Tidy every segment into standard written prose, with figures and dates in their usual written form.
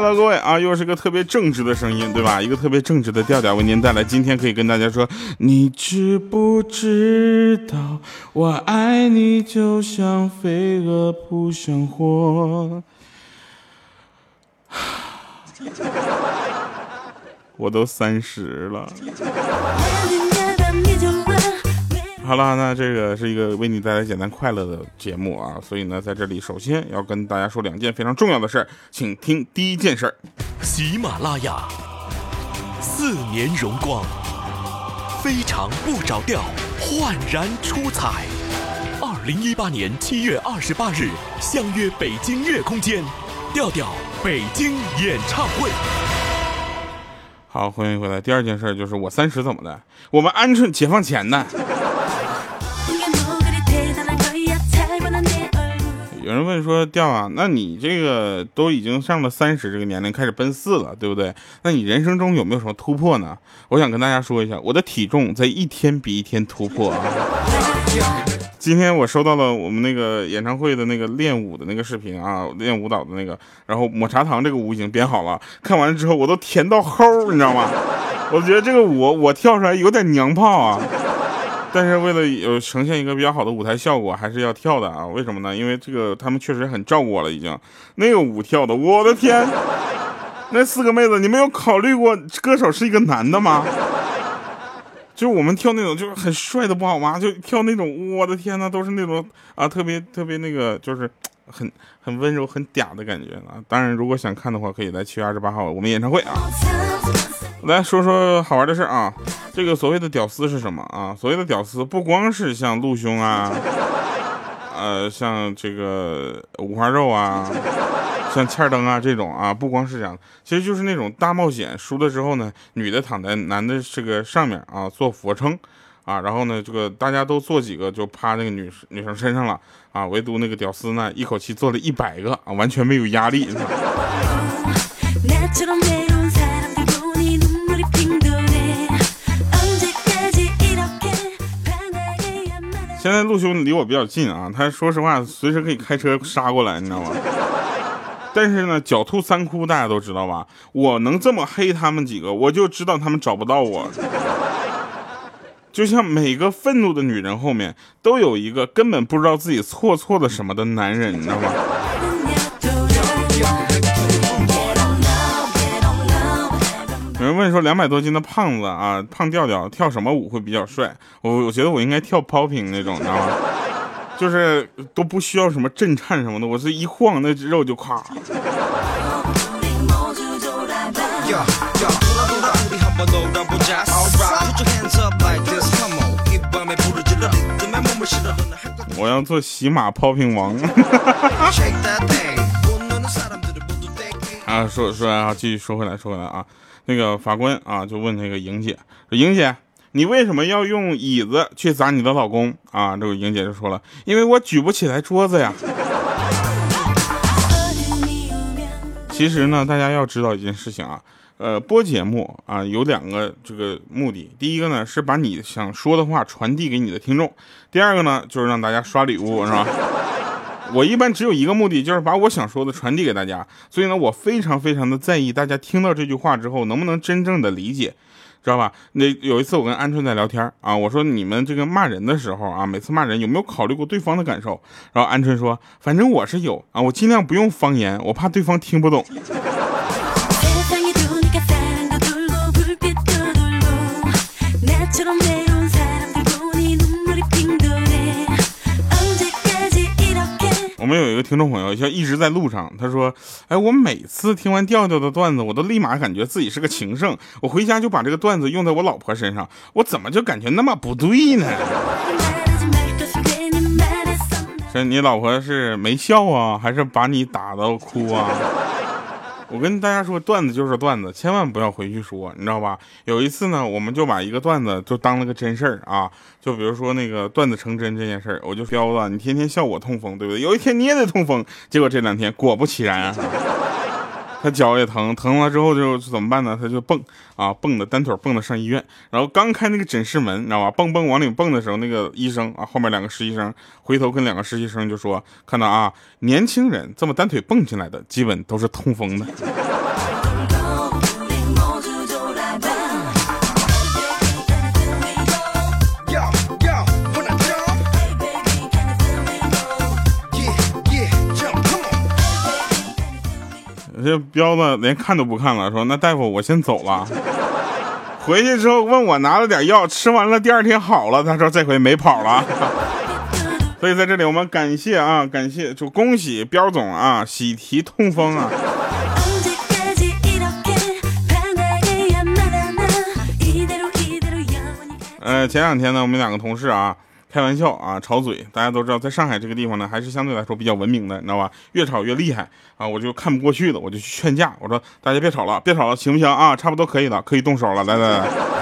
Hello， 各位啊，又是个特别正直的声音，对吧？一个特别正直的调调为您带来。今天可以跟大家说，你知不知道，我爱你就像飞蛾扑向火。我都30了。好了，那这个是一个为你带来简单快乐的节目啊，所以呢，在这里首先要跟大家说2件非常重要的事儿，请听第一件事儿。 喜马拉雅4年荣光，非常不着调，焕然出彩。2018年7月28日，相约北京乐空间，调调北京演唱会。 好，欢迎回来。第2件事就是我30怎么的？我们鹌鹑解放前的。有人问说，调啊，那你这个都已经上了30这个年龄，开始奔4了，对不对？那你人生中有没有什么突破呢？我想跟大家说一下，我的体重在一天比一天突破啊。今天我收到了我们那个演唱会的那个练舞的那个视频啊，练舞蹈的那个，然后抹茶糖这个舞已经编好了，看完之后我都甜到齁，你知道吗？我觉得这个舞我跳出来有点娘炮啊。但是为了有呈现一个比较好的舞台效果，还是要跳的啊。为什么呢？因为这个他们确实很照顾我了，已经那个舞跳的，我的天！那4个妹子，你们有考虑过歌手是一个男的吗？就我们跳那种就是很帅的不好吗？就跳那种，我的天呐，都是那种啊，特别那个，就是很温柔、很嗲的感觉啊。当然，如果想看的话，可以来7月28号我们演唱会啊。来说说好玩的事啊，这个所谓的屌丝是什么啊？所谓的屌丝不光是像陆兄啊，像这个五花肉啊，像欠儿灯啊这种啊，不光是这样，其实就是那种大冒险输了之后呢，女的躺在男的这个上面啊做俯卧撑啊，然后呢这个大家都做几个就趴那个女生身上了啊，唯独那个屌丝呢一口气做了100个啊，完全没有压力。现在陆兄离我比较近啊，他说实话随时可以开车杀过来，你知道吗？但是呢，狡兔3窟大家都知道吧？我能这么黑他们几个，我就知道他们找不到我。就像每个愤怒的女人后面都有一个根本不知道自己错了什么的男人，你知道吗？有人问说200多斤的胖子啊，胖调调跳什么舞会比较帅？我觉得我应该跳 popping 那种，你知道吗？就是都不需要什么震颤什么的，我是一晃那肉就垮。我要做喜马 popping 王。啊，说啊，继续说回来啊，那个法官啊就问那个莹姐，说莹姐，你为什么要用椅子去砸你的老公啊？这个莹姐就说了，因为我举不起来桌子呀。其实呢，大家要知道一件事情啊，播节目啊有2个这个目的，第一个呢是把你想说的话传递给你的听众，第2个呢就是让大家刷礼物，是吧？我一般只有一个目的，就是把我想说的传递给大家，所以呢，我非常的在意大家听到这句话之后能不能真正的理解，知道吧？那有一次我跟鹌鹑在聊天啊，我说你们这个骂人的时候啊，每次骂人有没有考虑过对方的感受？然后鹌鹑说，反正我是有啊，我尽量不用方言，我怕对方听不懂。我们有一个听众朋友，就一直在路上，他说：“哎，我每次听完调调的段子，我都立马感觉自己是个情圣。我回家就把这个段子用在我老婆身上，我怎么就感觉那么不对呢？”是你老婆是没笑啊，还是把你打到哭啊？我跟大家说，段子就是段子，千万不要回去说，你知道吧？有一次呢，我们就把一个段子就当了个真事儿啊，就比如说那个段子成真这件事儿，我就彪子，你天天笑我痛风，对不对？有一天你也得痛风，结果这2天果不其然，他脚也疼了之后就怎么办呢？他就蹦的单腿蹦的上医院，然后刚开那个诊室门，你知道吧？蹦往里蹦的时候，那个医生啊，后面2个实习生回头跟2个实习生就说，看到啊，年轻人这么单腿蹦进来的，基本都是痛风的。 这彪子连看都不看了，说那大夫我先走了。回去之后问我拿了点药，吃完了第二天好了，他说这回没跑了。所以在这里我们感谢就恭喜彪总啊，喜提痛风啊。前两天呢，我们两个同事啊开玩笑啊吵嘴，大家都知道在上海这个地方呢还是相对来说比较文明的，你知道吧？越吵越厉害啊，我就看不过去了，我就去劝架，我说大家别吵了行不行啊？差不多可以了，可以动手了，来。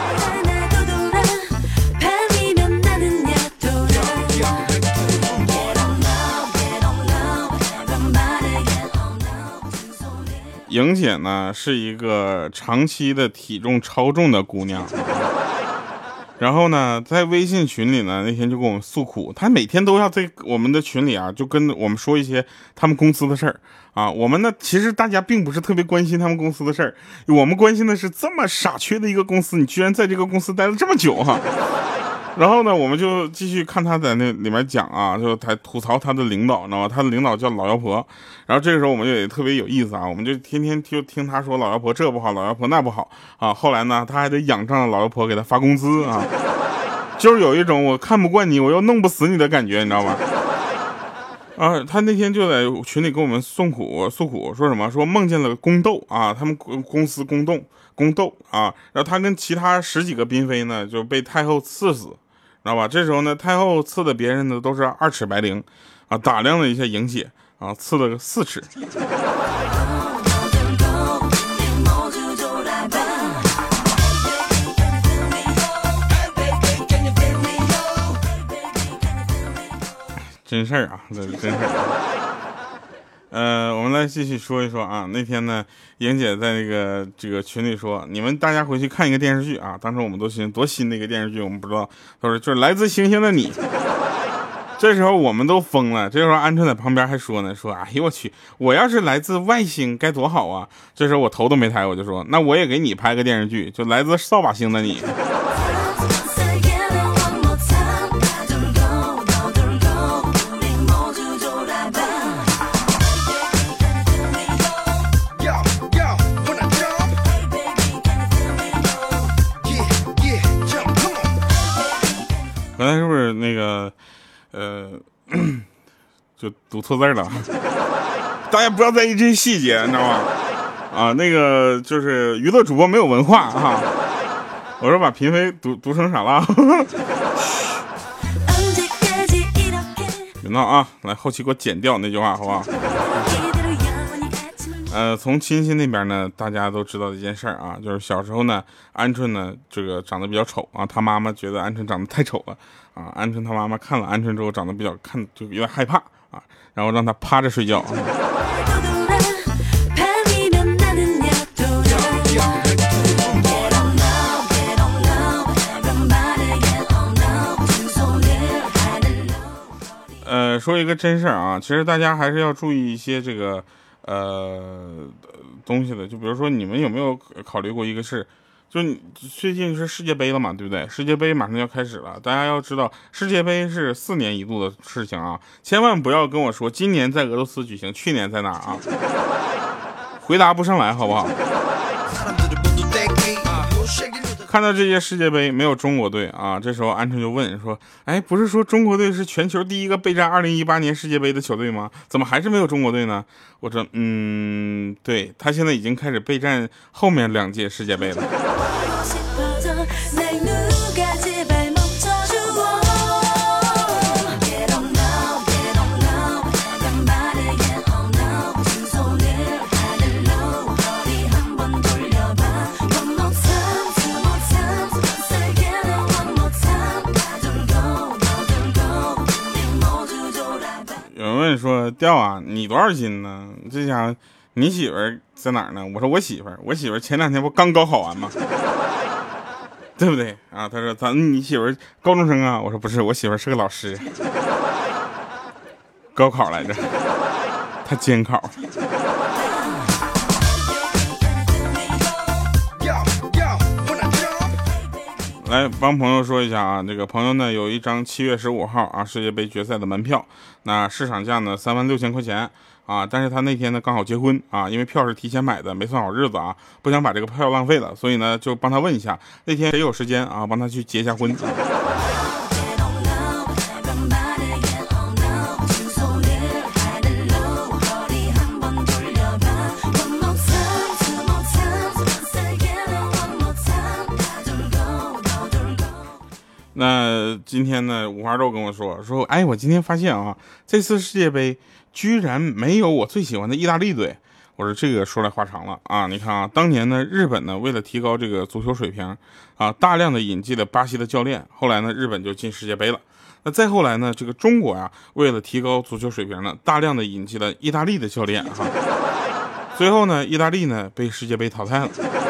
莹姐呢是一个长期的体重超重的姑娘。然后呢，在微信群里呢，那天就跟我们诉苦，他每天都要在我们的群里啊，就跟我们说一些他们公司的事儿啊。我们呢，其实大家并不是特别关心他们公司的事儿，我们关心的是这么傻缺的一个公司，你居然在这个公司待了这么久哈。然后呢，我们就继续看他在那里面讲啊，就他吐槽他的领导，你知道吗？他的领导叫老妖婆。然后这个时候我们也特别有意思啊，我们就天天就听他说老妖婆这不好，老妖婆那不好啊。后来呢，他还得仰仗老妖婆给他发工资啊，就是有一种我看不惯你，我又弄不死你的感觉，你知道吗？啊，他那天就在群里跟我们诉苦，说什么？说梦见了宫斗啊，他们公司宫斗啊，然后他跟其他10几个嫔妃呢就被太后赐死。知道吧？这时候呢，太后赐的别人呢都是2尺白绫啊，打量了一下莹姐啊，赐了个4尺。真事儿啊，这是真事儿。我们来继续说一说啊。那天呢，莹姐在这个群里说，你们大家回去看一个电视剧啊。当时我们都寻思多新的一个电视剧，我们不知道，他说就是来自星星的你。这时候我们都疯了。这时候鹌鹑在旁边还说呢，说哎呦我去，我要是来自外星该多好啊。这时候我头都没抬，我就说那我也给你拍个电视剧，就来自扫把星的你。刚才是不是那个就读错字了？大家不要在意这些细节，你知道吗？啊，那个就是娱乐主播没有文化啊！我说把嫔妃读成啥了？别闹啊！来，后期给我剪掉那句话，好不好？从亲戚那边呢，大家都知道的一件事儿啊，就是小时候呢，鹌鹑呢这个长得比较丑啊，他妈妈觉得鹌鹑长得太丑了啊，鹌鹑他妈妈看了鹌鹑之后长得比较就有点害怕啊，然后让他趴着睡觉。说一个真事儿啊，其实大家还是要注意一些这个东西的，就比如说你们有没有考虑过一个事，就最近是世界杯了嘛，对不对？世界杯马上要开始了，大家要知道世界杯是4年1度的事情啊，千万不要跟我说今年在俄罗斯举行，去年在哪啊？回答不上来好不好？看到这届世界杯没有中国队啊，这时候鹌鹑就问说，哎，不是说中国队是全球第一个备战2018年世界杯的球队吗？怎么还是没有中国队呢？我说对，他现在已经开始备战后面2届世界杯了。说掉啊，你多少斤呢？这家伙，你媳妇儿在哪儿呢？我说我媳妇儿前2天不刚高考完吗？对不对啊？他说你媳妇儿高中生啊？我说不是，我媳妇儿是个老师，高考来着，她监考。 来帮朋友说一下啊，这个朋友呢有一张7月15号啊世界杯决赛的门票，那市场价呢36000块钱啊，但是他那天呢刚好结婚啊，因为票是提前买的，没算好日子啊，不想把这个票浪费了，所以呢就帮他问一下，那天谁有时间啊，帮他去结一下婚。那今天呢，五花肉跟我说，哎，我今天发现啊，这次世界杯居然没有我最喜欢的意大利队。我说这个说来话长了啊，你看啊，当年呢，日本呢为了提高这个足球水平啊，大量的引进了巴西的教练，后来呢，日本就进世界杯了。那再后来呢，这个中国呀，为了提高足球水平呢，大量的引进了意大利的教练哈，最后呢，意大利呢被世界杯淘汰了。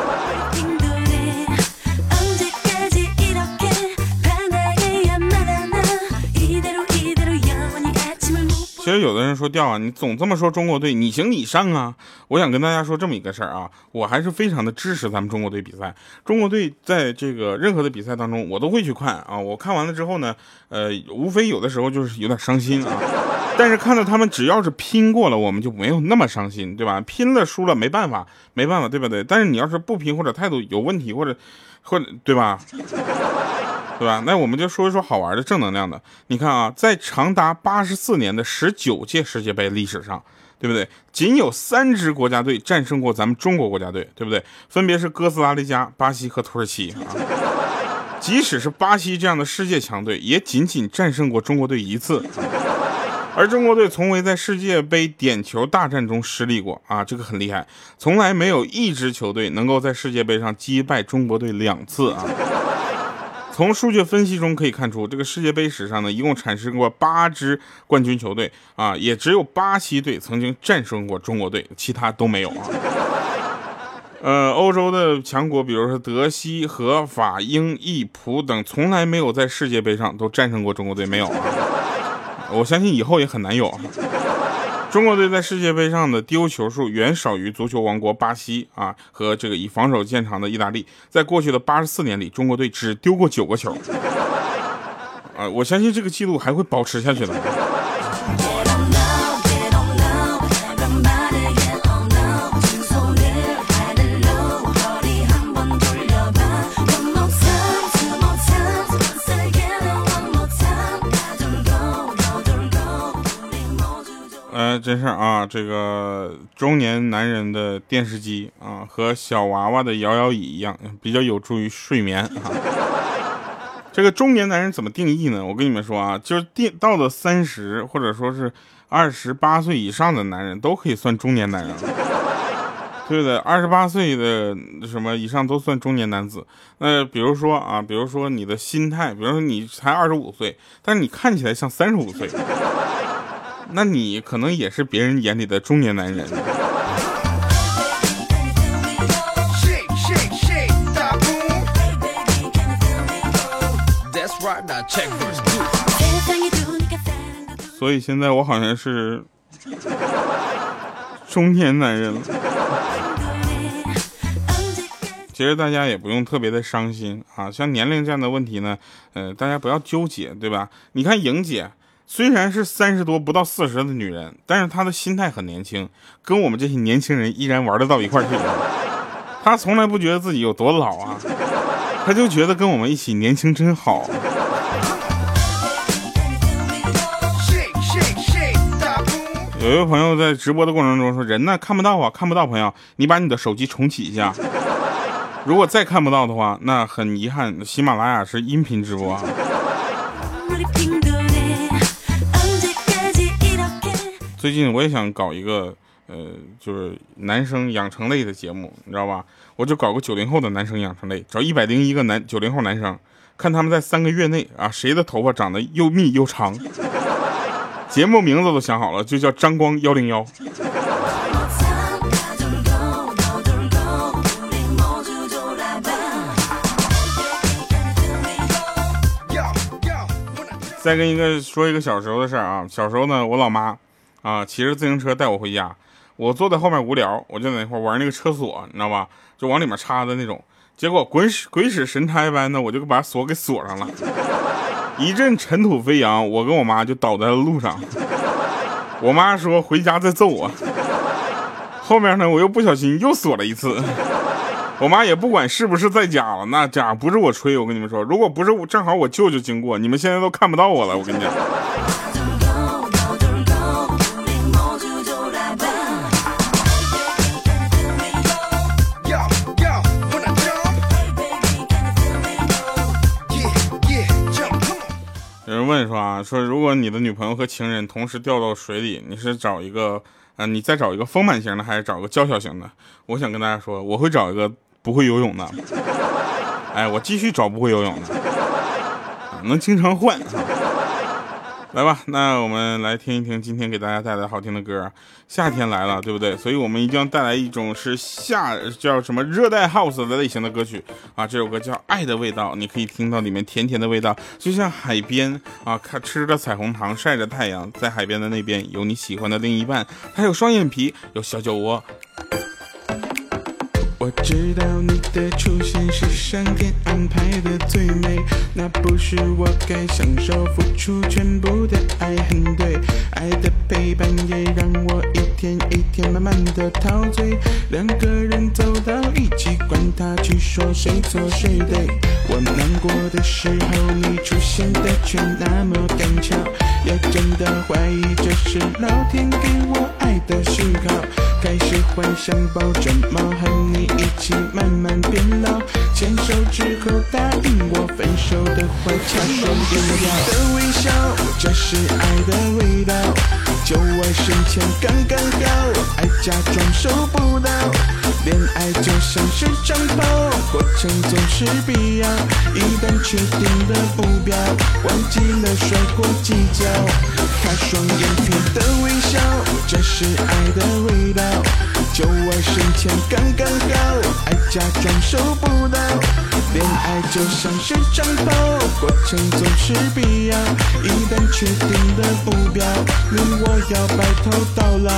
其实有的人说调啊，你总这么说中国队，你行你上啊！我想跟大家说这么一个事儿啊，我还是非常的支持咱们中国队比赛。中国队在这个任何的比赛当中，我都会去看啊。我看完了之后呢，无非有的时候就是有点伤心啊，但是看到他们只要是拼过了，我们就没有那么伤心，对吧？拼了输了没办法，对不对？但是你要是不拼或者态度有问题，或者对吧？对吧？那我们就说一说好玩的正能量的。你看啊，在长达84年的19届世界杯历史上，对不对？仅有3支国家队战胜过咱们中国国家队，对不对？分别是哥斯达黎加、巴西和土耳其啊。即使是巴西这样的世界强队，也仅战胜过中国队1次。而中国队从未在世界杯点球大战中失利过啊，这个很厉害，从来没有一支球队能够在世界杯上击败中国队2次啊。从数据分析中可以看出，这个世界杯史上呢，一共产生过8支冠军球队啊，也只有巴西队曾经战胜过中国队，其他都没有啊。欧洲的强国，比如说德、西、荷、法、英、意、葡等，从来没有在世界杯上都战胜过中国队，没有啊。我相信以后也很难有啊。中国队在世界杯上的丢球数远少于足球王国巴西啊和这个以防守见长的意大利。在过去的84年里，中国队只丢过9个球。我相信这个记录还会保持下去的。真是啊，这个中年男人的电视机啊，和小娃娃的摇摇椅一样，比较有助于睡眠啊。这个中年男人怎么定义呢？我跟你们说啊，就是到了30或者说是28岁以上的男人都可以算中年男人了，对的，28岁的什么以上都算中年男子。那比如说你的心态，比如说你才25岁，但是你看起来像35岁。那你可能也是别人眼里的中年男人。所以现在我好像是中年男人了。其实大家也不用特别的伤心啊，像年龄这样的问题呢，大家不要纠结，对吧？你看莹姐。虽然是30多不到40的女人，但是她的心态很年轻，跟我们这些年轻人依然玩得到一块去。她从来不觉得自己有多老啊，她就觉得跟我们一起年轻真好。有一位朋友在直播的过程中说，人呢看不到啊，看不到，朋友你把你的手机重启一下，如果再看不到的话，那很遗憾，喜马拉雅是音频直播啊。最近我也想搞一个就是男生养成类的节目，你知道吧？我就搞个90后的男生养成类，找101个90后男生，看他们在3个月内啊，谁的头发长得又密又长。节目名字都想好了，就叫张光101。再跟说一个小时候的事儿啊，小时候呢，我老妈啊骑着自行车带我回家，我坐在后面无聊，我就在那块玩那个车锁，你知道吧？就往里面插的那种。 结果鬼使神差一般的，我就把锁给锁上了。一阵尘土飞扬，我跟我妈就倒在了路上。我妈说回家再揍我。后面呢，我又不小心又锁了一次。我妈也不管是不是在家了，那家不是我吹，我跟你们说，如果不是我正好我舅舅经过，你们现在都看不到我了，我跟你讲。有人问说啊，说如果你的女朋友和情人同时掉到水里，你是找一个你再找一个丰满型的，还是找个娇小型的？我想跟大家说，我会找一个不会游泳的。哎，我继续找不会游泳的，能经常换。来吧，那我们来听一听今天给大家带来好听的歌。夏天来了，对不对？所以我们一定要带来一种是叫什么热带 house 的类型的歌曲啊。这首歌叫《爱的味道》，你可以听到里面甜甜的味道，就像海边啊，吃着彩虹糖，晒着太阳，在海边的那边有你喜欢的另一半，他有双眼皮，有小酒窝。 我知道你的出现是上天安排的最美，那不是我该享受付出全部的爱，很对，爱的陪伴也让我一天一天慢慢的陶醉，两个人走到一起，管他去说谁错谁对。我难过的时候你出现的却那么刚巧，也真的怀疑这是老天给我爱的讯号，开始幻想抱着猫和你一起慢慢变老，牵手之后答应我分手的话，掐双眼皮的微笑，这是爱的味道，就我身前刚刚好，爱假装收不到，恋爱就像是长跑，过程总是必要，一旦确定的目标，忘记了甩过计较，他双眼皮的微笑，这是爱的味道，就我身前刚刚好，爱假装收不到，恋爱就像是长跑，过程总是必要，一旦确定的目标，你我要白头到老。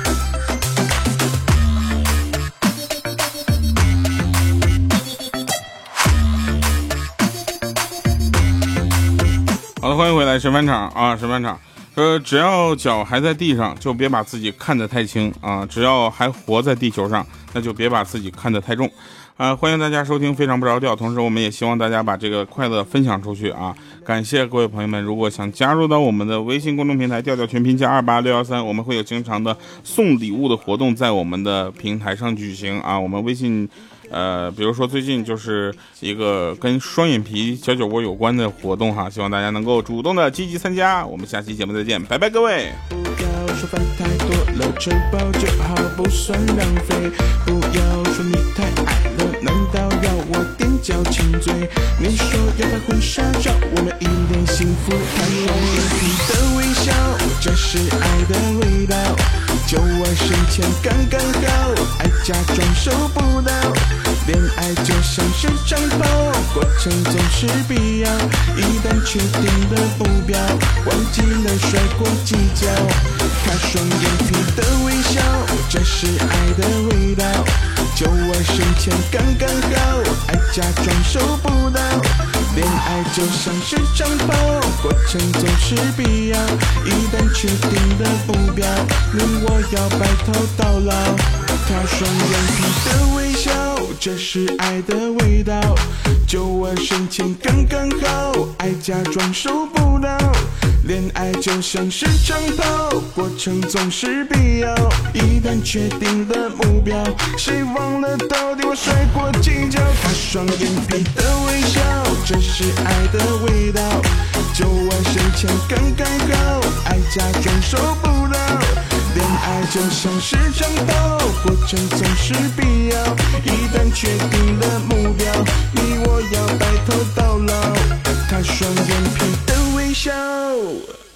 好的，欢迎回来，神返场啊，神返场。只要脚还在地上，就别把自己看得太轻啊；只要还活在地球上，那就别把自己看得太重。欢迎大家收听非常不着调，同时我们也希望大家把这个快乐分享出去啊！感谢各位朋友们，如果想加入到我们的微信公众平台调调全拼加28613，我们会有经常的送礼物的活动在我们的平台上举行啊！我们微信比如说最近就是一个跟双眼皮小酒窝有关的活动哈，希望大家能够主动的积极参加。我们下期节目再见，拜拜各位。 不要说饭太多了，吃饱就好，不算浪费。不要说你太矮了，难道要我踮脚亲嘴？你说要拍婚纱照，我们一脸幸福，看双眼皮的微笑，这是爱的味道，就我身前刚刚好，爱假装收不到，恋爱就像是长跑，过程总是必要，一旦确定的目标，忘记了甩过计较，他双眼皮的微笑，这是爱的味道，就我身前刚刚好，爱假装收不到，恋爱就像是长跑，过程总是必要，一旦确定的目标，你我要白头到老，他双眼皮的微笑，这是爱的味道，就我身前刚刚好，爱假装收不到，恋爱就像是长跑，过程总是必要，一旦确定了目标，谁忘了到底我甩过计较，他双眼皮的微笑，这是爱的味道，就我身前刚刚好，爱假装收不到，恋爱就像是长跑，过程总是必要，一旦确定了目标，你我要白头到老，他双眼皮的微笑。